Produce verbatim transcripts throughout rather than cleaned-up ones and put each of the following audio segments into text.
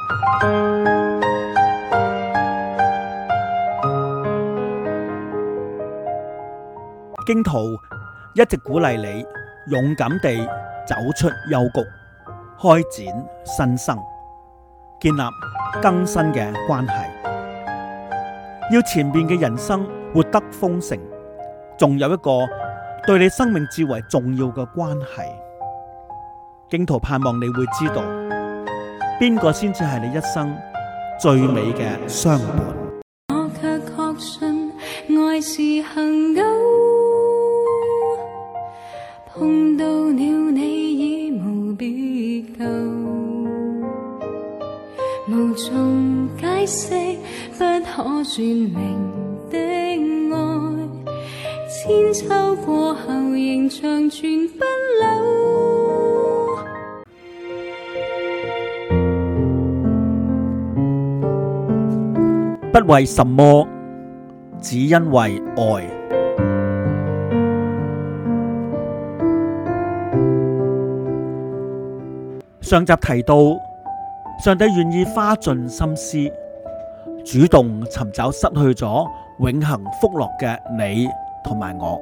荊徒一直鼓勵你勇敢地走出幽谷，開展新生，建立更新嘅關係。要前面嘅人生活得豐盛，仲有一個對你生命至為重要嘅關係。荊徒盼望你會知道，邊個先至係你一生最美嘅相伴。 我卻確信愛是恆久，碰到了你已無別舊，無從解釋不可說明的愛，千秋過後仍長存不朽。 不為什麼，只因為愛。上集提到，上帝願意花盡心思，主動尋找失去咗永恆福樂嘅你同埋我。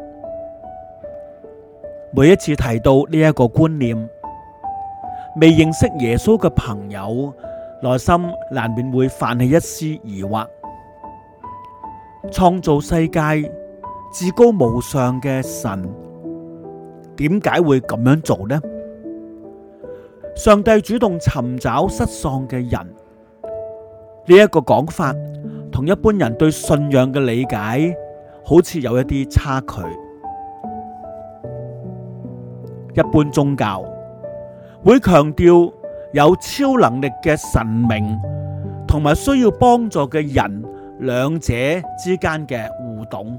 每一次提到呢一個觀念，未認識耶穌嘅朋友，內心難免會泛起一絲疑惑。創造世界至高無上嘅神，點解會咁樣做呢？上帝主動尋找失喪嘅人，呢一個講法同一般人對信仰嘅理解好似有一啲差距。一般宗教會強調有超能力嘅神明同埋需要幫助嘅人兩者之間嘅互動，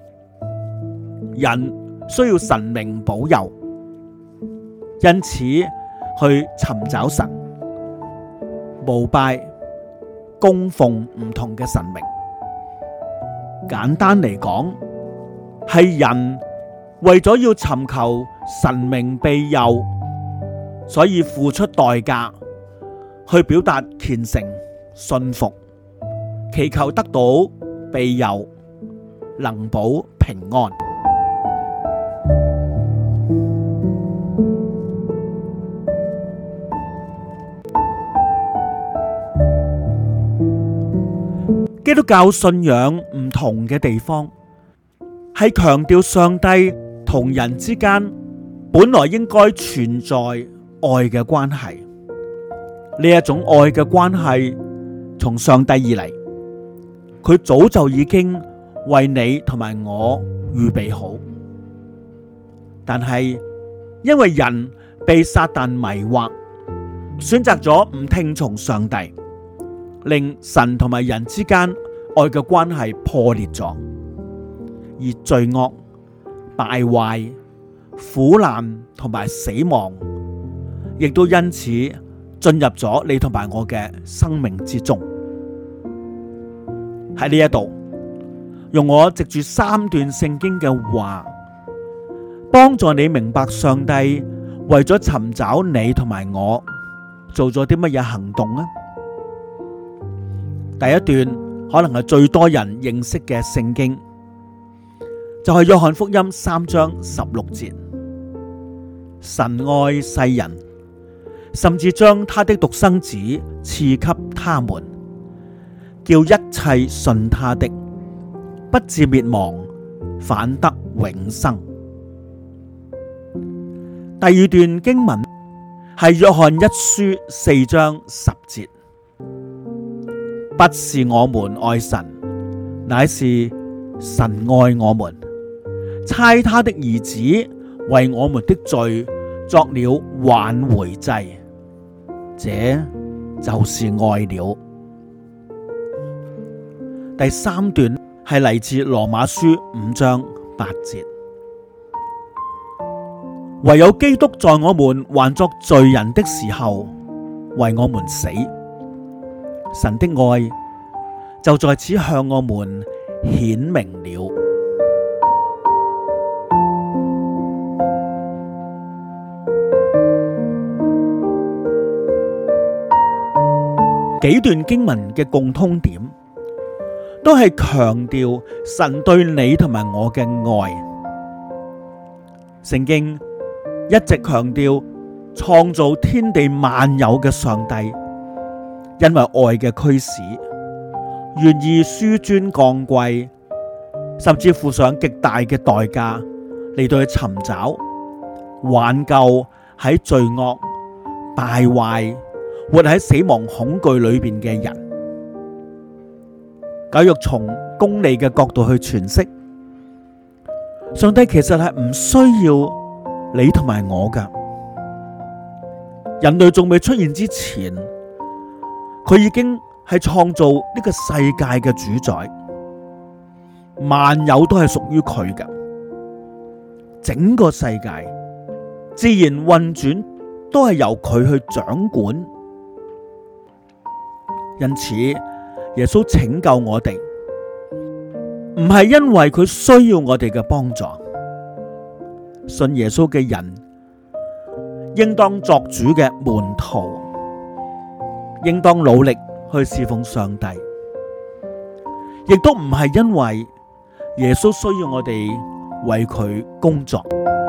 人需要神明保佑，因此去尋找神，膜拜供奉唔同嘅神明。簡單嚟講，係人為咗要尋求神明庇佑，所以付出代價去表達虔誠信服，祈求得到庇佑，能保平安。基督教信仰唔同嘅地方，係強調上帝同人之間本來應該存在愛嘅關係。呢一種愛嘅關係從上帝而嚟，佢早就已經為你同埋我預備好。但係因為人被撒旦迷惑，選擇咗唔聽從上帝，令神同埋人之間愛嘅關係破裂咗，而罪惡、敗壞、苦難同埋死亡，亦都因此進入咗你同埋我嘅生命之中。喺呢一度，用我藉住三段聖經嘅話，幫助你明白上帝為咗尋找你同埋我，做咗啲乜嘢行動啊？第一段可能係最多人認識嘅聖經，就係約翰福音三章十六節。神愛世人，甚至將他的獨生子賜給他們，叫一切信他的不至滅亡，反得永生。第二段經文係約翰一書四章十節。不是我們愛神，乃是神愛我們，差他的兒子為我們的罪作了挽回祭，這就是愛了。第三段係嚟自羅馬書五章八節。唯有基督在我們還作罪人的時候為我們死，神的愛就在此向我們顯明了。 幾段經文嘅共通點，都係強調神對你同埋我嘅愛。聖經一直強調創造天地萬有嘅上帝，因為愛嘅驅使，願意紆尊降貴，甚至付上極大嘅代價嚟到去尋找、挽救喺罪惡、敗壞、活喺死亡恐懼裏邊嘅人。假若從功利嘅角度去詮釋，上帝其實係唔需要你同埋我㗎。人類仲未出現之前，佢已經係創造呢個世界嘅主宰，萬有都係屬於佢㗎。整個世界自然運轉都係由佢去掌管。因此耶穌拯救我哋，唔係因為佢需要我哋嘅幫助。信耶穌嘅人應當作主嘅門徒，應當努力去侍奉上帝，亦都唔係因為耶穌需要我哋為佢工作。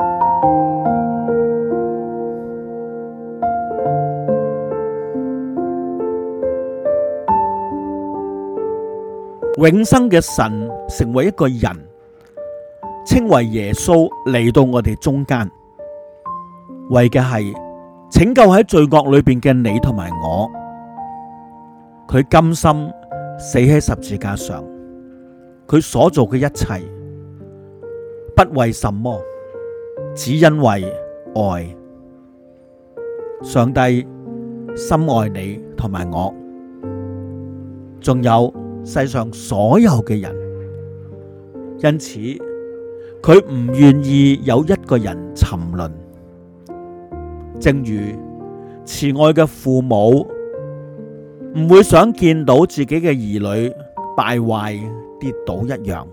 永生嘅神成為一個人，稱為耶穌嚟到我哋中間，為嘅係拯救喺罪惡裏邊嘅你同埋我。佢甘心死喺十字架上，佢所做嘅一切不為什麼，只因為愛。上帝深愛你同埋我，仲有世上所有嘅人，因此佢唔願意有一個人沉淪。正如慈愛嘅父母唔會想見到自己嘅兒女敗壞跌倒一樣。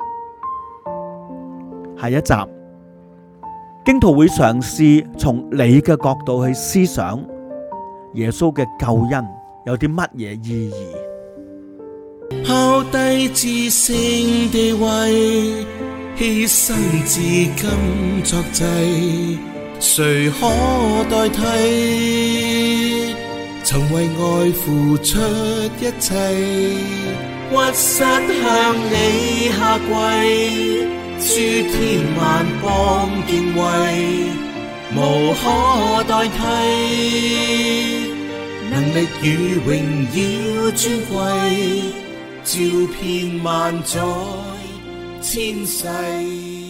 下一集荊徒會嘗試從你嘅角度去思想耶穌嘅救恩有啲乜嘢意義。 拋低至聖地位，犧牲至今作祭，誰可代替？曾為愛付出一切，屈膝向你下跪，諸天萬邦敬畏，無可代替。能力與榮耀尊貴，照遍萬載千世。